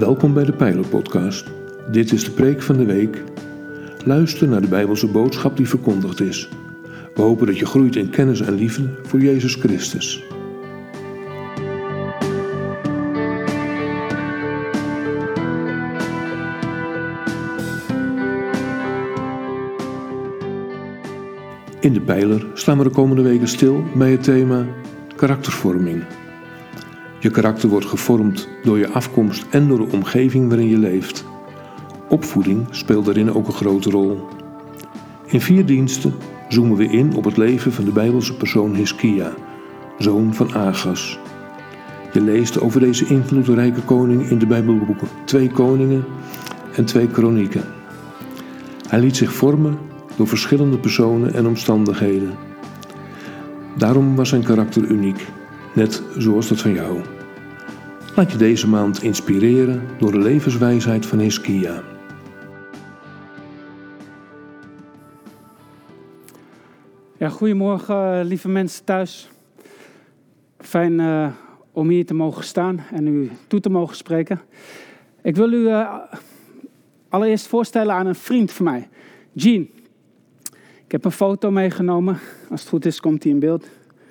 Welkom bij de Pijler-podcast. Dit is de preek van de week. Luister naar de Bijbelse boodschap die verkondigd is. We hopen dat je groeit in kennis en liefde voor Jezus Christus. In de Pijler staan we de komende weken stil bij het thema karaktervorming. Je karakter wordt gevormd door je afkomst en door de omgeving waarin je leeft. Opvoeding speelt daarin ook een grote rol. In 4 diensten zoomen we in op het leven van de Bijbelse persoon Hiskia, zoon van Agas. Je leest over deze invloedrijke koning in de Bijbelboeken 2 Koningen en 2 Kronieken. Hij liet zich vormen door verschillende personen en omstandigheden. Daarom was zijn karakter uniek, net zoals dat van jou. Laat je deze maand inspireren door de levenswijsheid van Hiskia. Ja, goedemorgen lieve mensen thuis. Fijn om hier te mogen staan en u toe te mogen spreken. Ik wil u allereerst voorstellen aan een vriend van mij, Jean. Ik heb een foto meegenomen. Als het goed is, komt hij in beeld.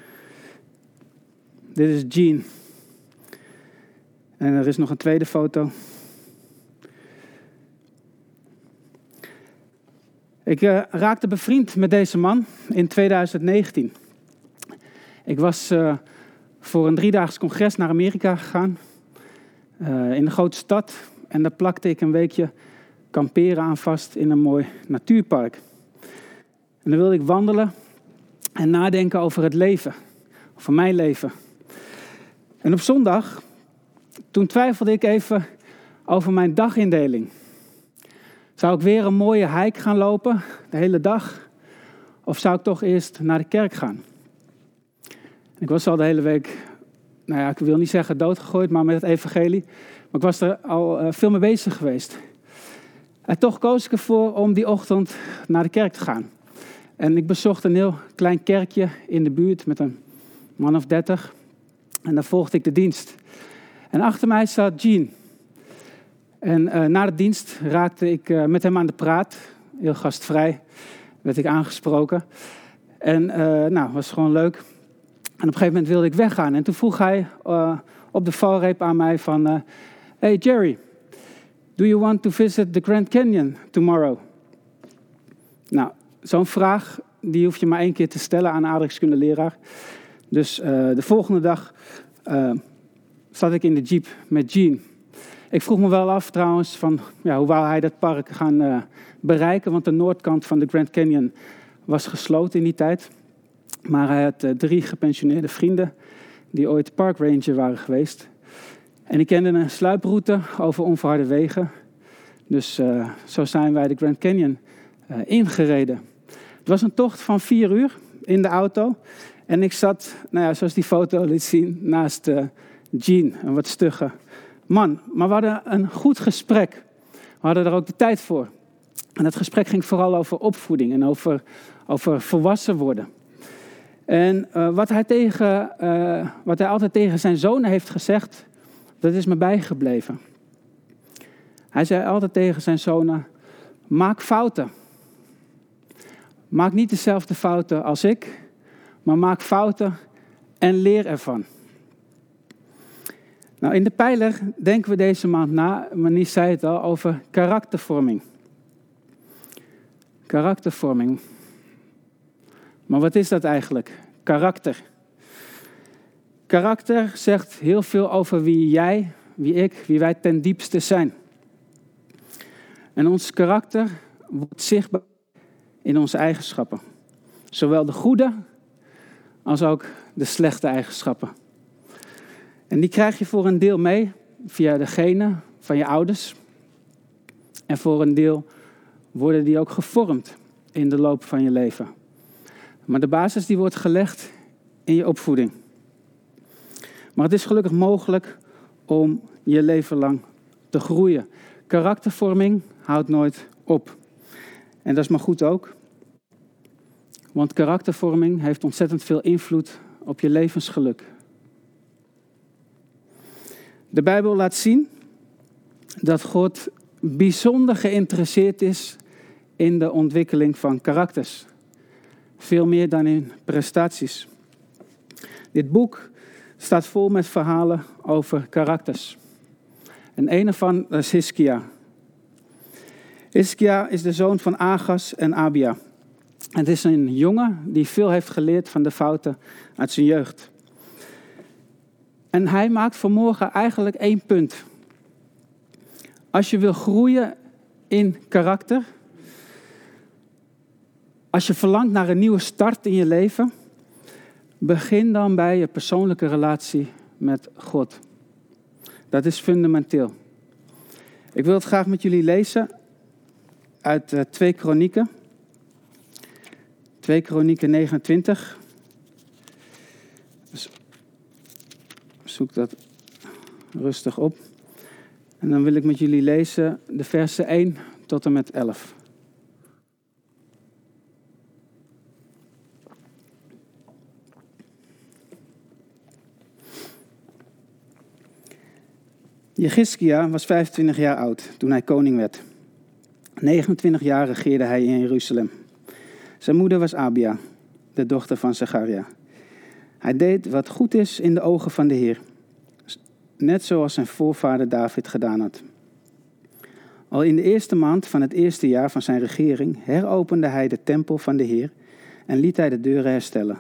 Dit is Jean. En er is nog een tweede foto. Ik raakte bevriend met deze man in 2019. Ik was voor een 3-daags congres naar Amerika gegaan. In een grote stad. En daar plakte ik een weekje kamperen aan vast in een mooi natuurpark. En dan wilde ik wandelen en nadenken over het leven. Over mijn leven. En op zondag, toen twijfelde ik even over mijn dagindeling. Zou ik weer een mooie hike gaan lopen, de hele dag? Of zou ik toch eerst naar de kerk gaan? Ik was al de hele week, ik wil niet zeggen doodgegooid, maar met het evangelie. Maar ik was er al veel mee bezig geweest. En toch koos ik ervoor om die ochtend naar de kerk te gaan. En ik bezocht een heel klein kerkje in de buurt met een man of 30. En daar volgde ik de dienst. En achter mij zat Jean. En na de dienst raakte ik met hem aan de praat. Heel gastvrij werd ik aangesproken. En was gewoon leuk. En op een gegeven moment wilde ik weggaan. En toen vroeg hij op de valreep aan mij van... Hey Jerry, do you want to visit the Grand Canyon tomorrow? Nou, zo'n vraag die hoef je maar 1 keer te stellen aan een aardrijkskundeleraar. Dus de volgende dag zat ik in de jeep met Jean. Ik vroeg me wel af trouwens van hoe wou hij dat park gaan bereiken. Want de noordkant van de Grand Canyon was gesloten in die tijd. Maar hij had 3 gepensioneerde vrienden die ooit parkranger waren geweest. En die kenden een sluiproute over onverharde wegen. Dus zo zijn wij de Grand Canyon ingereden. Het was een tocht van 4 uur in de auto. En ik zat, zoals die foto liet zien, naast Jean, een wat stugge man. Maar we hadden een goed gesprek. We hadden er ook de tijd voor. En het gesprek ging vooral over opvoeding en over volwassen worden. En wat hij altijd tegen zijn zonen heeft gezegd, dat is me bijgebleven. Hij zei altijd tegen zijn zonen, maak fouten. Maak niet dezelfde fouten als ik, maar maak fouten en leer ervan. Nou, in de Pijler denken we deze maand na, Manies zei het al, over karaktervorming. Karaktervorming. Maar wat is dat eigenlijk? Karakter. Karakter zegt heel veel over wie jij, wie ik, wie wij ten diepste zijn. En ons karakter wordt zichtbaar in onze eigenschappen. Zowel de goede als ook de slechte eigenschappen. En die krijg je voor een deel mee via de genen van je ouders. En voor een deel worden die ook gevormd in de loop van je leven. Maar de basis die wordt gelegd in je opvoeding. Maar het is gelukkig mogelijk om je leven lang te groeien. Karaktervorming houdt nooit op. En dat is maar goed ook. Want karaktervorming heeft ontzettend veel invloed op je levensgeluk. De Bijbel laat zien dat God bijzonder geïnteresseerd is in de ontwikkeling van karakters. Veel meer dan in prestaties. Dit boek staat vol met verhalen over karakters. En een ervan is Hiskia. Hiskia is de zoon van Agas en Abia. Het is een jongen die veel heeft geleerd van de fouten uit zijn jeugd. En hij maakt vanmorgen eigenlijk 1 punt. Als je wil groeien in karakter, als je verlangt naar een nieuwe start in je leven, begin dan bij je persoonlijke relatie met God. Dat is fundamenteel. Ik wil het graag met jullie lezen uit 2 Kronieken. 2 Kronieken 29. Dus zoek dat rustig op. En dan wil ik met jullie lezen de versen 1 tot en met 11. Hiskia was 25 jaar oud toen hij koning werd. 29 jaar regeerde hij in Jeruzalem. Zijn moeder was Abia, de dochter van Zacharia. Hij deed wat goed is in de ogen van de Heer, net zoals zijn voorvader David gedaan had. Al in de eerste maand van het eerste jaar van zijn regering heropende hij de tempel van de Heer en liet hij de deuren herstellen.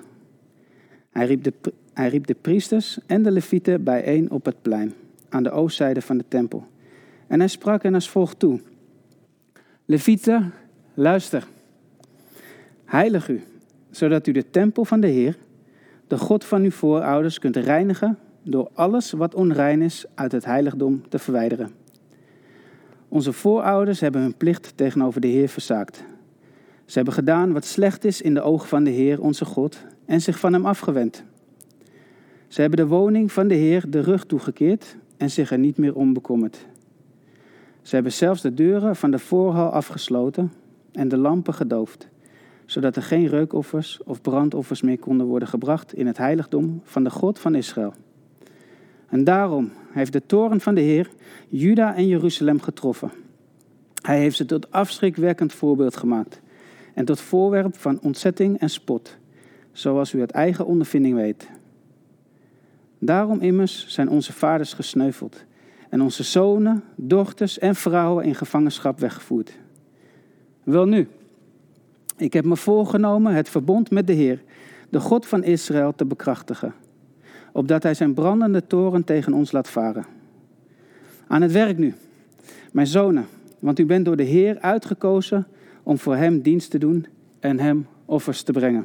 Hij riep de priesters en de levieten bijeen op het plein, aan de oostzijde van de tempel. En hij sprak hen als volgt toe: Levieten, luister. Heilig u, zodat u de tempel van de Heer, de God van uw voorouders, kunt reinigen door alles wat onrein is uit het heiligdom te verwijderen. Onze voorouders hebben hun plicht tegenover de Heer verzaakt. Ze hebben gedaan wat slecht is in de ogen van de Heer, onze God, en zich van hem afgewend. Ze hebben de woning van de Heer de rug toegekeerd en zich er niet meer om bekommerd. Ze hebben zelfs de deuren van de voorhal afgesloten en de lampen gedoofd, zodat er geen reukoffers of brandoffers meer konden worden gebracht in het heiligdom van de God van Israël. En daarom heeft de toorn van de Heer Juda en Jeruzalem getroffen. Hij heeft ze tot afschrikwekkend voorbeeld gemaakt en tot voorwerp van ontzetting en spot, zoals u uit eigen ondervinding weet. Daarom immers zijn onze vaders gesneuveld en onze zonen, dochters en vrouwen in gevangenschap weggevoerd. Welnu, ik heb me voorgenomen het verbond met de Heer, de God van Israël, te bekrachtigen, opdat hij zijn brandende toorn tegen ons laat varen. Aan het werk nu, mijn zonen, want u bent door de Heer uitgekozen om voor hem dienst te doen en hem offers te brengen.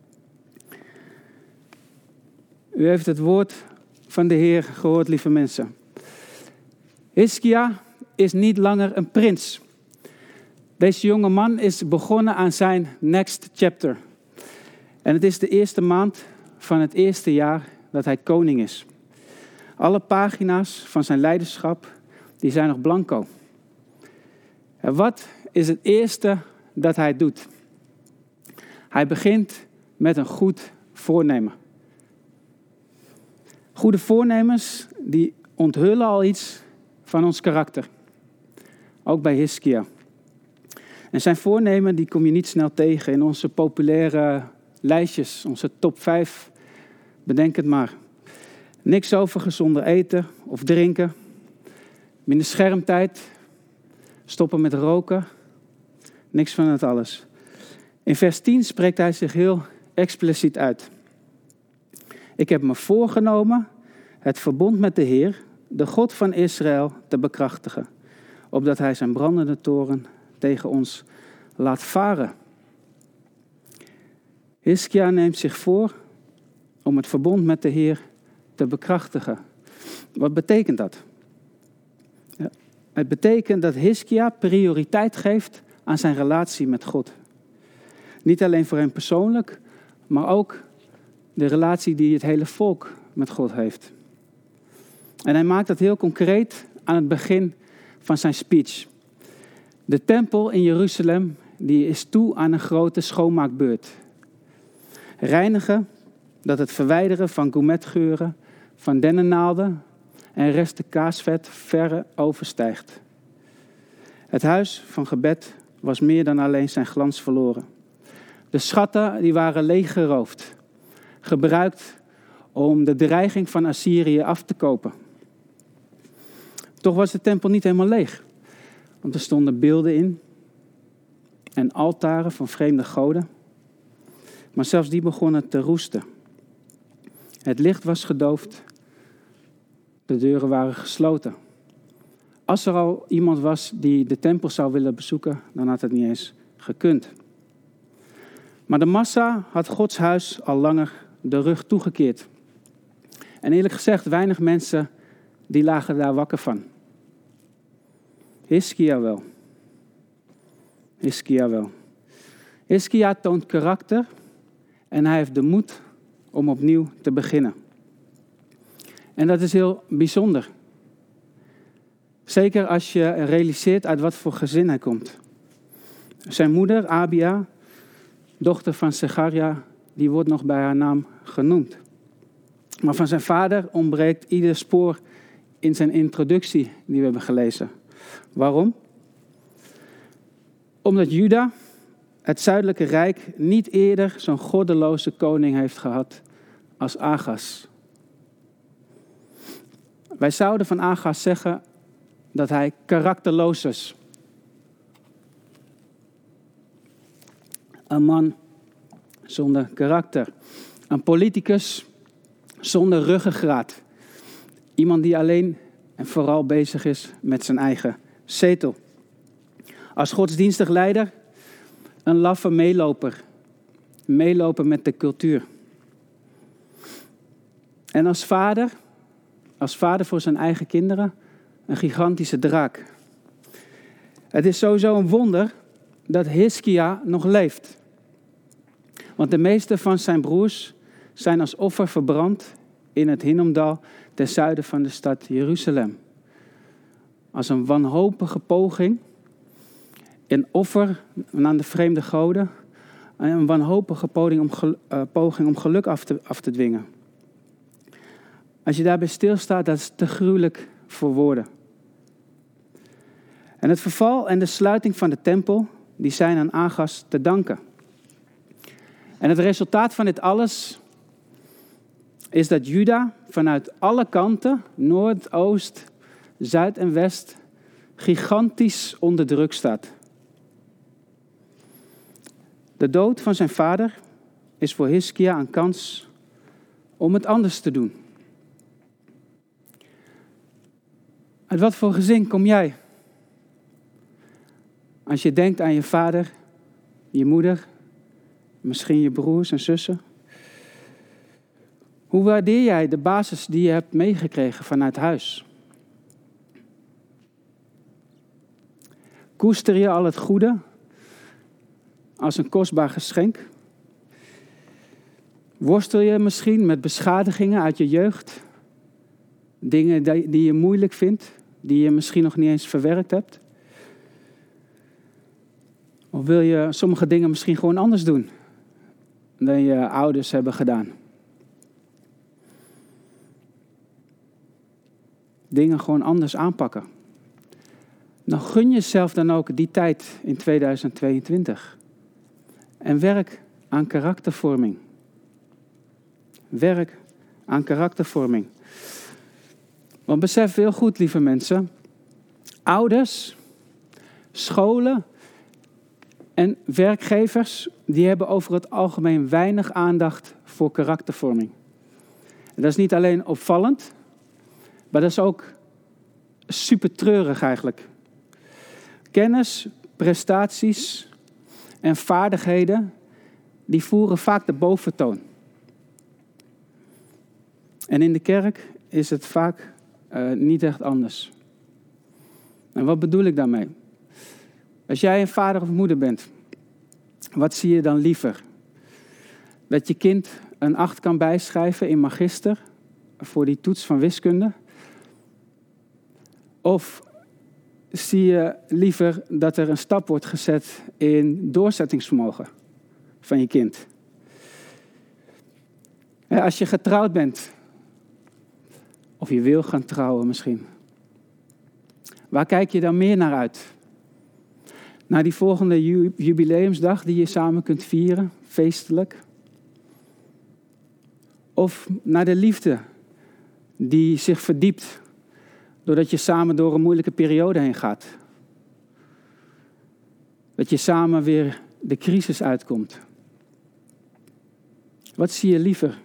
U heeft het woord van de Heer gehoord, lieve mensen. Hiskia is niet langer een prins. Deze jonge man is begonnen aan zijn next chapter. En het is de eerste maand van het eerste jaar dat hij koning is. Alle pagina's van zijn leiderschap, die zijn nog blanco. En wat is het eerste dat hij doet? Hij begint met een goed voornemen. Goede voornemens, die onthullen al iets van ons karakter. Ook bij Hiskia. En zijn voornemen, die kom je niet snel tegen in onze populaire lijstjes, onze top 5. Bedenk het maar. Niks over gezonder eten of drinken. Minder schermtijd. Stoppen met roken. Niks van het alles. In vers 10 spreekt hij zich heel expliciet uit. Ik heb me voorgenomen het verbond met de Heer, de God van Israël, te bekrachtigen, opdat hij zijn brandende toorn tegen ons laat varen. Hiskia neemt zich voor om het verbond met de Heer te bekrachtigen. Wat betekent dat? Ja, het betekent dat Hiskia prioriteit geeft aan zijn relatie met God. Niet alleen voor hem persoonlijk, maar ook de relatie die het hele volk met God heeft. En hij maakt dat heel concreet aan het begin van zijn speech. De tempel in Jeruzalem, die is toe aan een grote schoonmaakbeurt. Reinigen, dat het verwijderen van gourmetgeuren, van dennennaalden en resten kaasvet verre overstijgt. Het huis van gebed was meer dan alleen zijn glans verloren. De schatten die waren leeggeroofd, gebruikt om de dreiging van Assyrië af te kopen. Toch was de tempel niet helemaal leeg, want er stonden beelden in en altaren van vreemde goden. Maar zelfs die begonnen te roesten. Het licht was gedoofd, de deuren waren gesloten. Als er al iemand was die de tempel zou willen bezoeken, dan had het niet eens gekund. Maar de massa had Gods huis al langer de rug toegekeerd. En eerlijk gezegd, weinig mensen die lagen daar wakker van. Hiskia wel. Hiskia toont karakter en hij heeft de moed om opnieuw te beginnen. En dat is heel bijzonder. Zeker als je realiseert uit wat voor gezin hij komt. Zijn moeder, Abia, dochter van Zecharia, die wordt nog bij haar naam genoemd. Maar van zijn vader ontbreekt ieder spoor in zijn introductie die we hebben gelezen. Waarom? Omdat Juda, het zuidelijke rijk, niet eerder zo'n goddeloze koning heeft gehad als Agas. Wij zouden van Agas zeggen dat hij karakterloos is. Een man zonder karakter. Een politicus zonder ruggengraat. Iemand die alleen en vooral bezig is met zijn eigen zetel. Als godsdienstig leider een laffe meeloper. Meeloper met de cultuur. En als vader voor zijn eigen kinderen, een gigantische draak. Het is sowieso een wonder dat Hiskia nog leeft. Want de meeste van zijn broers zijn als offer verbrand in het Hinnomdal ten zuiden van de stad Jeruzalem. Als een wanhopige poging, een offer aan de vreemde goden, en een wanhopige poging om geluk af te dwingen. Als je daarbij stilstaat, dat is te gruwelijk voor woorden. En het verval en de sluiting van de tempel, die zijn aan Agas te danken. En het resultaat van dit alles is dat Juda vanuit alle kanten, noord, oost, zuid en west, gigantisch onder druk staat. De dood van zijn vader is voor Hiskia een kans om het anders te doen. Uit wat voor gezin kom jij? Als je denkt aan je vader, je moeder, misschien je broers en zussen. Hoe waardeer jij de basis die je hebt meegekregen vanuit huis? Koester je al het goede als een kostbaar geschenk? Worstel je misschien met beschadigingen uit je jeugd? Dingen die je moeilijk vindt, die je misschien nog niet eens verwerkt hebt? Of wil je sommige dingen misschien gewoon anders doen dan je ouders hebben gedaan? Dingen gewoon anders aanpakken. Nou, gun jezelf dan ook die tijd in 2022. En werk aan karaktervorming. Werk aan karaktervorming. Want besef heel goed, lieve mensen. Ouders, scholen en werkgevers, die hebben over het algemeen weinig aandacht voor karaktervorming. En dat is niet alleen opvallend, maar dat is ook super treurig eigenlijk. Kennis, prestaties en vaardigheden, die voeren vaak de boventoon. En in de kerk is het vaak niet echt anders. En wat bedoel ik daarmee? Als jij een vader of moeder bent, wat zie je dan liever? Dat je kind een 8 kan bijschrijven in magister voor die toets van wiskunde? Of zie je liever dat er een stap wordt gezet in doorzettingsvermogen van je kind? Als je getrouwd bent, Of je wil gaan trouwen misschien. Waar kijk je dan meer naar uit? Naar die volgende jubileumsdag die je samen kunt vieren, feestelijk? Of naar de liefde die zich verdiept doordat je samen door een moeilijke periode heen gaat? Dat je samen weer de crisis uitkomt. Wat zie je liever?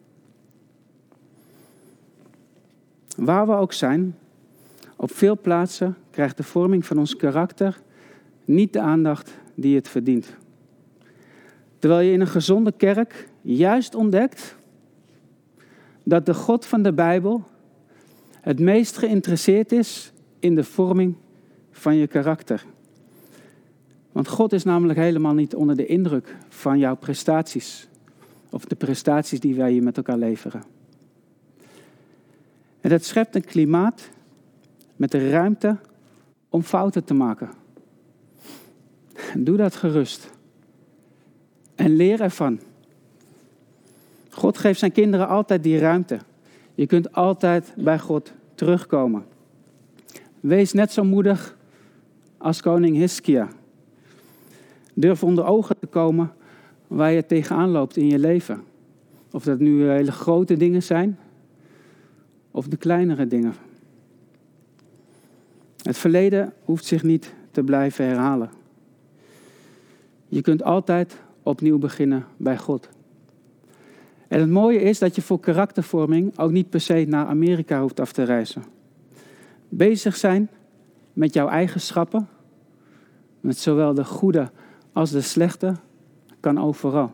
Waar we ook zijn, op veel plaatsen krijgt de vorming van ons karakter niet de aandacht die het verdient. Terwijl je in een gezonde kerk juist ontdekt dat de God van de Bijbel het meest geïnteresseerd is in de vorming van je karakter. Want God is namelijk helemaal niet onder de indruk van jouw prestaties. Of de prestaties die wij hier met elkaar leveren. En dat schept een klimaat met de ruimte om fouten te maken. Doe dat gerust. En leer ervan. God geeft zijn kinderen altijd die ruimte. Je kunt altijd bij God terugkomen. Wees net zo moedig als koning Hiskia. Durf onder ogen te komen waar je tegenaan loopt in je leven. Of dat nu hele grote dingen zijn, of de kleinere dingen. Het verleden hoeft zich niet te blijven herhalen. Je kunt altijd opnieuw beginnen bij God. En het mooie is dat je voor karaktervorming ook niet per se naar Amerika hoeft af te reizen. Bezig zijn met jouw eigenschappen, met zowel de goede als de slechte, kan overal.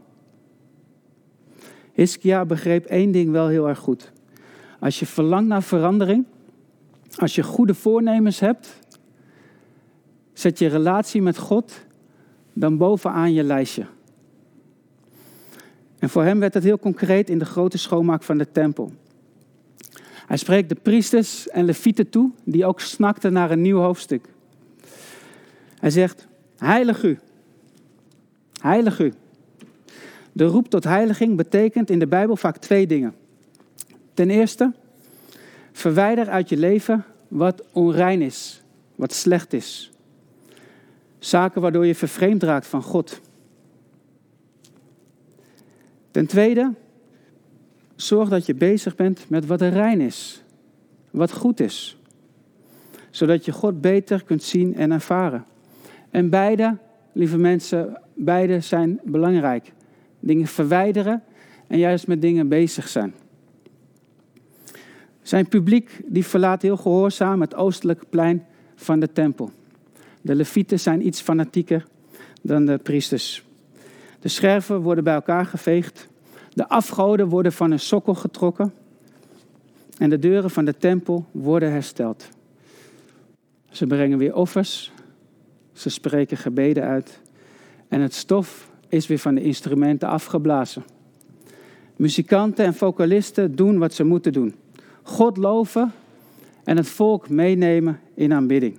Hiskia begreep één ding wel heel erg goed. Als je verlangt naar verandering, als je goede voornemens hebt, zet je relatie met God dan bovenaan je lijstje. En voor hem werd het heel concreet in de grote schoonmaak van de tempel. Hij spreekt de priesters en levieten toe, die ook snakten naar een nieuw hoofdstuk. Hij zegt, heilig u. Heilig u. De roep tot heiliging betekent in de Bijbel vaak twee dingen. Ten eerste, verwijder uit je leven wat onrein is, wat slecht is. Zaken waardoor je vervreemd raakt van God. Ten tweede, zorg dat je bezig bent met wat rein is, wat goed is. Zodat je God beter kunt zien en ervaren. En beide, lieve mensen, beide zijn belangrijk. Dingen verwijderen en juist met dingen bezig zijn. Zijn publiek die verlaat heel gehoorzaam het oostelijke plein van de tempel. De levieten zijn iets fanatieker dan de priesters. De scherven worden bij elkaar geveegd. De afgoden worden van hun sokkel getrokken. En de deuren van de tempel worden hersteld. Ze brengen weer offers. Ze spreken gebeden uit. En het stof is weer van de instrumenten afgeblazen. Muzikanten en vocalisten doen wat ze moeten doen. God loven en het volk meenemen in aanbidding.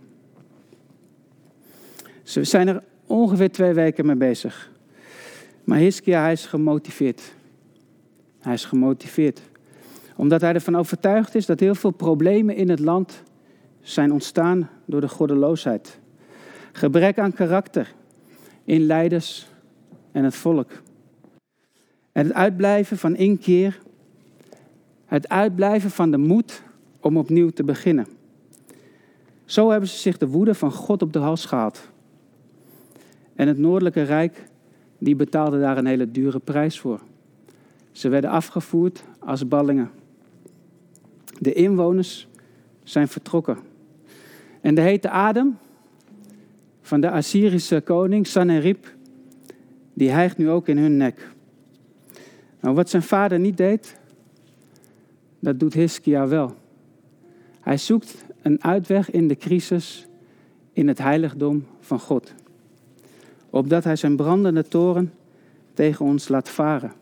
Ze zijn er ongeveer 2 weken mee bezig. Maar Hiskia, hij is gemotiveerd. Hij is gemotiveerd. Omdat hij ervan overtuigd is dat heel veel problemen in het land zijn ontstaan door de goddeloosheid. Gebrek aan karakter in leiders en het volk. En het uitblijven van inkeer. Het uitblijven van de moed om opnieuw te beginnen. Zo hebben ze zich de woede van God op de hals gehaald. En het Noordelijke Rijk, die betaalde daar een hele dure prijs voor. Ze werden afgevoerd als ballingen. De inwoners zijn vertrokken. En de hete adem van de Assyrische koning Sanherib, die hijgt nu ook in hun nek. Nou, wat zijn vader niet deed, dat doet Hiskia wel. Hij zoekt een uitweg in de crisis in het heiligdom van God. Opdat hij zijn brandende toren tegen ons laat varen.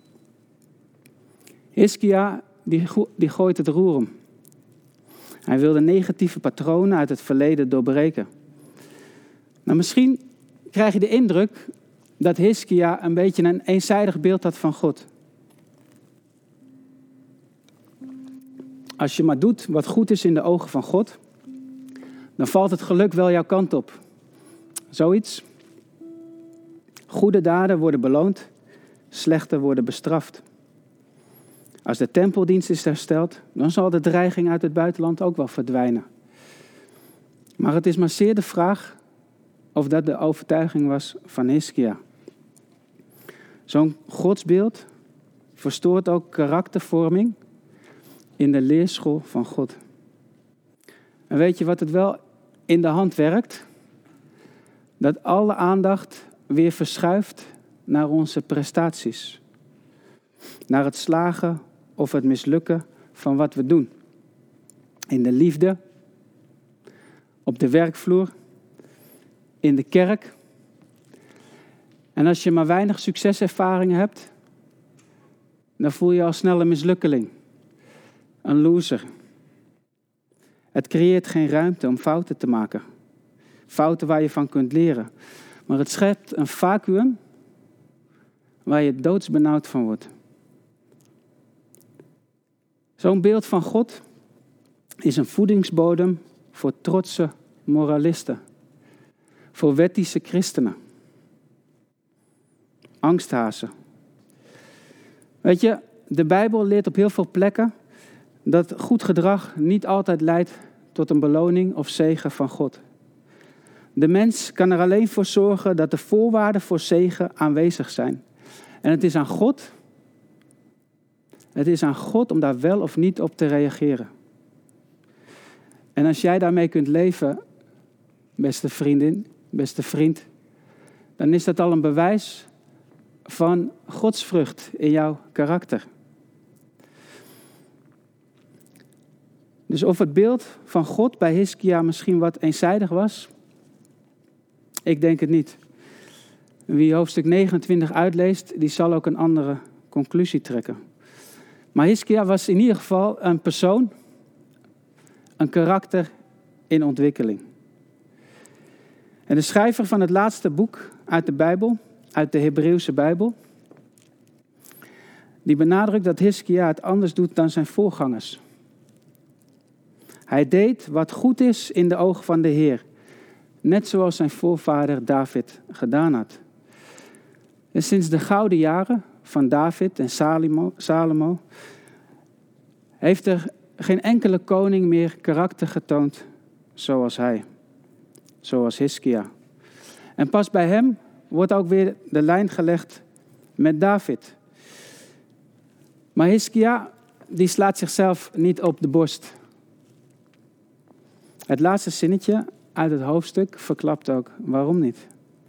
Hiskia, die gooit het roer om. Hij wil de negatieve patronen uit het verleden doorbreken. Nou, misschien krijg je de indruk dat Hiskia een beetje een eenzijdig beeld had van God. Als je maar doet wat goed is in de ogen van God, dan valt het geluk wel jouw kant op. Zoiets. Goede daden worden beloond, slechte worden bestraft. Als de tempeldienst is hersteld, dan zal de dreiging uit het buitenland ook wel verdwijnen. Maar het is maar zeer de vraag of dat de overtuiging was van Hiskia. Zo'n godsbeeld verstoort ook karaktervorming in de leerschool van God. En weet je wat het wel in de hand werkt? Dat alle aandacht weer verschuift naar onze prestaties. Naar het slagen of het mislukken van wat we doen. In de liefde, op de werkvloer, in de kerk. En als je maar weinig succeservaringen hebt, dan voel je al snel een mislukkeling. Een loser. Het creëert geen ruimte om fouten te maken. Fouten waar je van kunt leren. Maar het schept een vacuüm waar je doodsbenauwd van wordt. Zo'n beeld van God is een voedingsbodem voor trotse moralisten. Voor wettische christenen. Angsthazen. Weet je, de Bijbel leert op heel veel plekken dat goed gedrag niet altijd leidt tot een beloning of zegen van God. De mens kan er alleen voor zorgen dat de voorwaarden voor zegen aanwezig zijn. En het is aan God om daar wel of niet op te reageren. En als jij daarmee kunt leven, beste vriendin, beste vriend, dan is dat al een bewijs van godsvrucht in jouw karakter. Dus of het beeld van God bij Hiskia misschien wat eenzijdig was, ik denk het niet. Wie hoofdstuk 29 uitleest, die zal ook een andere conclusie trekken. Maar Hiskia was in ieder geval een persoon, een karakter in ontwikkeling. En de schrijver van het laatste boek uit de Bijbel, uit de Hebreeuwse Bijbel, die benadrukt dat Hiskia het anders doet dan zijn voorgangers. Hij deed wat goed is in de ogen van de Heer, net zoals zijn voorvader David gedaan had. En sinds de gouden jaren van David en Salomo heeft er geen enkele koning meer karakter getoond zoals hij, zoals Hiskia. En pas bij hem wordt ook weer de lijn gelegd met David. Maar Hiskia, die slaat zichzelf niet op de borst. Het laatste zinnetje uit het hoofdstuk verklapt ook waarom niet.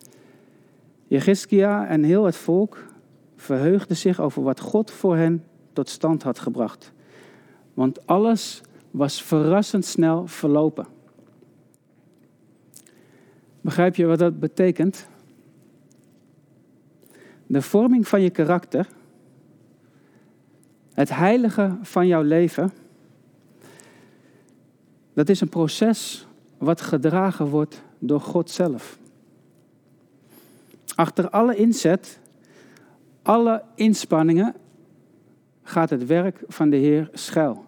Hiskia en heel het volk verheugden zich over wat God voor hen tot stand had gebracht. Want alles was verrassend snel verlopen. Begrijp je wat dat betekent? De vorming van je karakter, het heilige van jouw leven, dat is een proces wat gedragen wordt door God zelf. Achter alle inzet, alle inspanningen gaat het werk van de Heer schuil.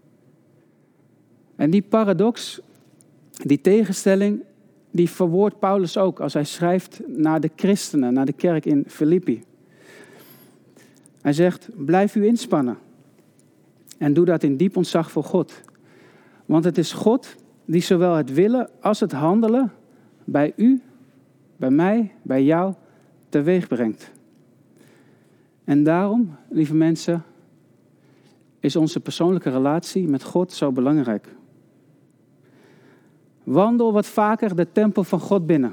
En die paradox, die tegenstelling, die verwoordt Paulus ook als hij schrijft naar de christenen, naar de kerk in Filippi. Hij zegt, blijf u inspannen en doe dat in diep ontzag voor God. Want het is God die zowel het willen als het handelen bij u, bij mij, bij jou teweeg brengt. En daarom, lieve mensen, is onze persoonlijke relatie met God zo belangrijk. Wandel wat vaker de tempel van God binnen.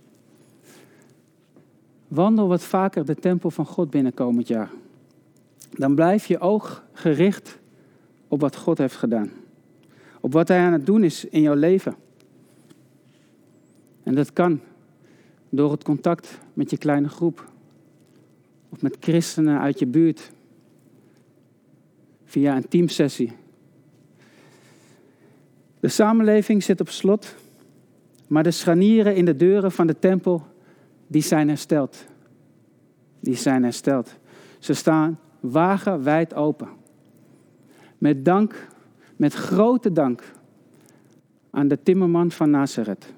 Wandel wat vaker de tempel van God binnen komend jaar. Dan blijf je oog gericht op wat God heeft gedaan. Op wat hij aan het doen is in jouw leven. En dat kan door het contact met je kleine groep. Of met christenen uit je buurt. Via een teamsessie. De samenleving zit op slot. Maar de scharnieren in de deuren van de tempel, die zijn hersteld. Die zijn hersteld. Ze staan wagenwijd open. Met dank met grote dank aan de timmerman van Nazareth.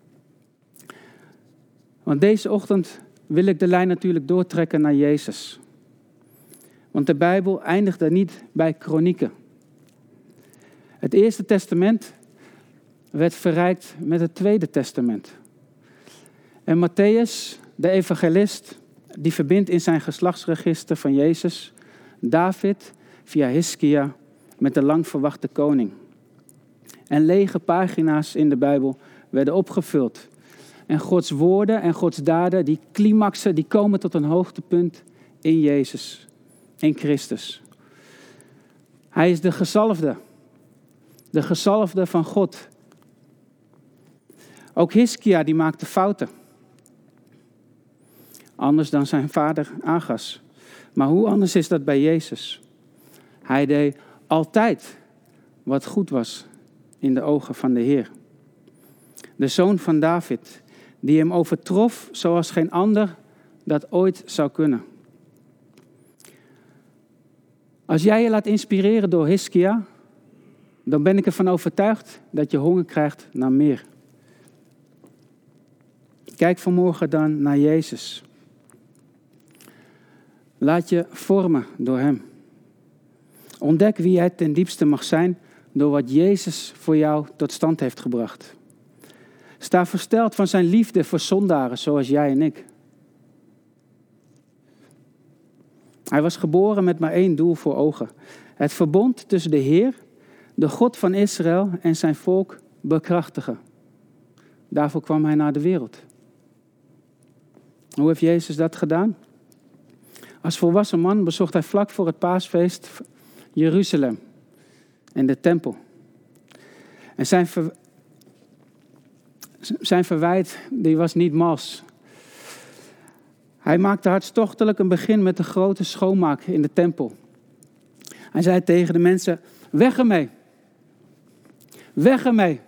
Want deze ochtend wil ik de lijn natuurlijk doortrekken naar Jezus. Want de Bijbel eindigde niet bij kronieken. Het Eerste Testament werd verrijkt met het Tweede Testament. En Mattheüs, de evangelist, die verbindt in zijn geslachtsregister van Jezus David via Hiskia met de lang verwachte koning. En lege pagina's in de Bijbel werden opgevuld. En Gods woorden en Gods daden, die climaxen, die komen tot een hoogtepunt in Jezus, in Christus. Hij is de gezalfde van God. Ook Hiskia, die maakte fouten. Anders dan zijn vader Agas. Maar hoe anders is dat bij Jezus? Hij deed altijd wat goed was in de ogen van de Heer. De zoon van David, die hem overtrof zoals geen ander dat ooit zou kunnen. Als jij je laat inspireren door Hiskia, dan ben ik ervan overtuigd dat je honger krijgt naar meer. Kijk vanmorgen dan naar Jezus. Laat je vormen door hem. Ontdek wie jij ten diepste mag zijn door wat Jezus voor jou tot stand heeft gebracht. Sta versteld van zijn liefde voor zondaren zoals jij en ik. Hij was geboren met maar één doel voor ogen. Het verbond tussen de Heer, de God van Israël en zijn volk bekrachtigen. Daarvoor kwam hij naar de wereld. Hoe heeft Jezus dat gedaan? Als volwassen man bezocht hij vlak voor het paasfeest Jeruzalem en de tempel. En zijn verwijt die was niet mals. Hij maakte hartstochtelijk een begin met een grote schoonmaak in de tempel. Hij zei tegen de mensen, weg ermee. Weg ermee.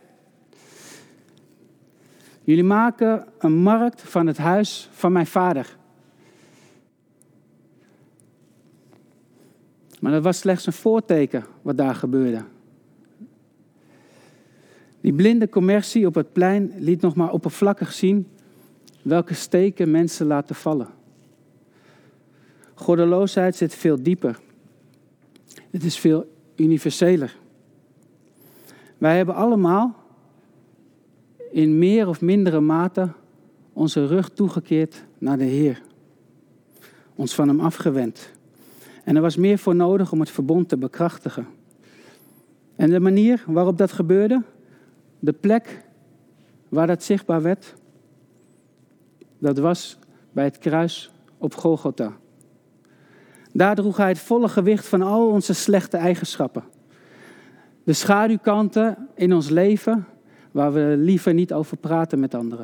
Jullie maken een markt van het huis van mijn vader. Maar dat was slechts een voorteken wat daar gebeurde. Die blinde commercie op het plein liet nog maar oppervlakkig zien welke steken mensen laten vallen. Goddeloosheid zit veel dieper. Het is veel universeler. Wij hebben allemaal in meer of mindere mate onze rug toegekeerd naar de Heer. Ons van hem afgewend. En er was meer voor nodig om het verbond te bekrachtigen. En de manier waarop dat gebeurde, de plek waar dat zichtbaar werd, dat was bij het kruis op Golgotha. Daar droeg hij het volle gewicht van al onze slechte eigenschappen. De schaduwkanten in ons leven waar we liever niet over praten met anderen.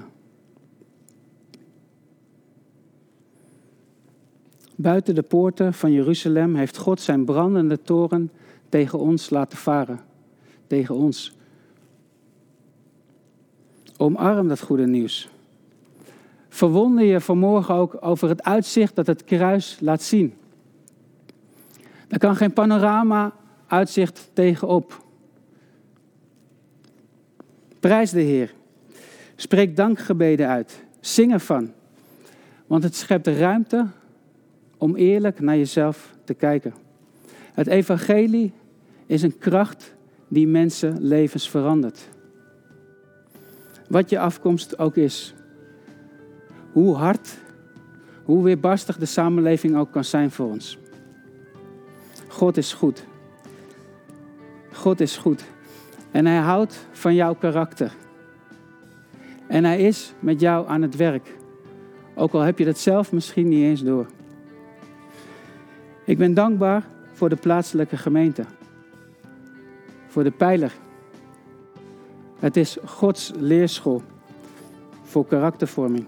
Buiten de poorten van Jeruzalem heeft God zijn brandende toren tegen ons laten varen. Tegen ons. Omarm dat goede nieuws. Verwonder je vanmorgen ook over het uitzicht dat het kruis laat zien. Daar kan geen panorama-uitzicht tegenop. Prijs de Heer. Spreek dankgebeden uit. Zing ervan. Want het schept ruimte om eerlijk naar jezelf te kijken. Het evangelie is een kracht die mensenlevens verandert. Wat je afkomst ook is. Hoe hard, hoe weerbarstig de samenleving ook kan zijn voor ons. God is goed. God is goed. En hij houdt van jouw karakter. En hij is met jou aan het werk. Ook al heb je dat zelf misschien niet eens door. Ik ben dankbaar voor de plaatselijke gemeente. Voor de Pijler. Het is Gods leerschool voor karaktervorming.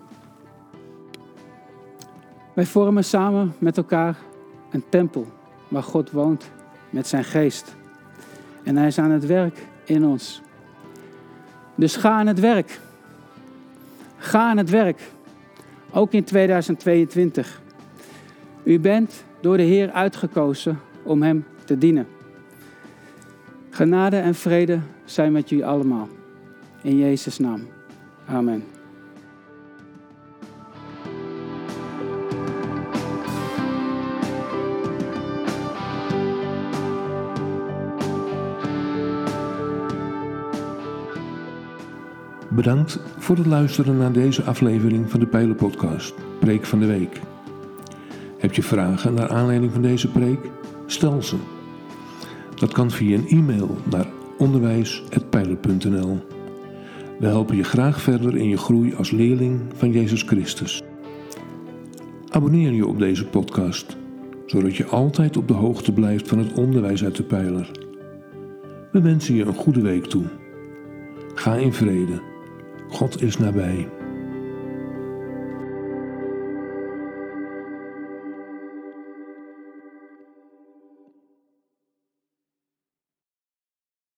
Wij vormen samen met elkaar een tempel waar God woont met zijn geest. En hij is aan het werk in ons. Dus ga aan het werk. Ga aan het werk. Ook in 2022. U bent door de Heer uitgekozen om hem te dienen. Genade en vrede zijn met jullie allemaal. In Jezus' naam. Amen. Bedankt voor het luisteren naar deze aflevering van de Pijler-podcast, Preek van de Week. Heb je vragen naar aanleiding van deze preek? Stel ze. Dat kan via een e-mail naar onderwijs@pijler.nl. We helpen je graag verder in je groei als leerling van Jezus Christus. Abonneer je op deze podcast, zodat je altijd op de hoogte blijft van het onderwijs uit de Pijler. We wensen je een goede week toe. Ga in vrede. God is nabij.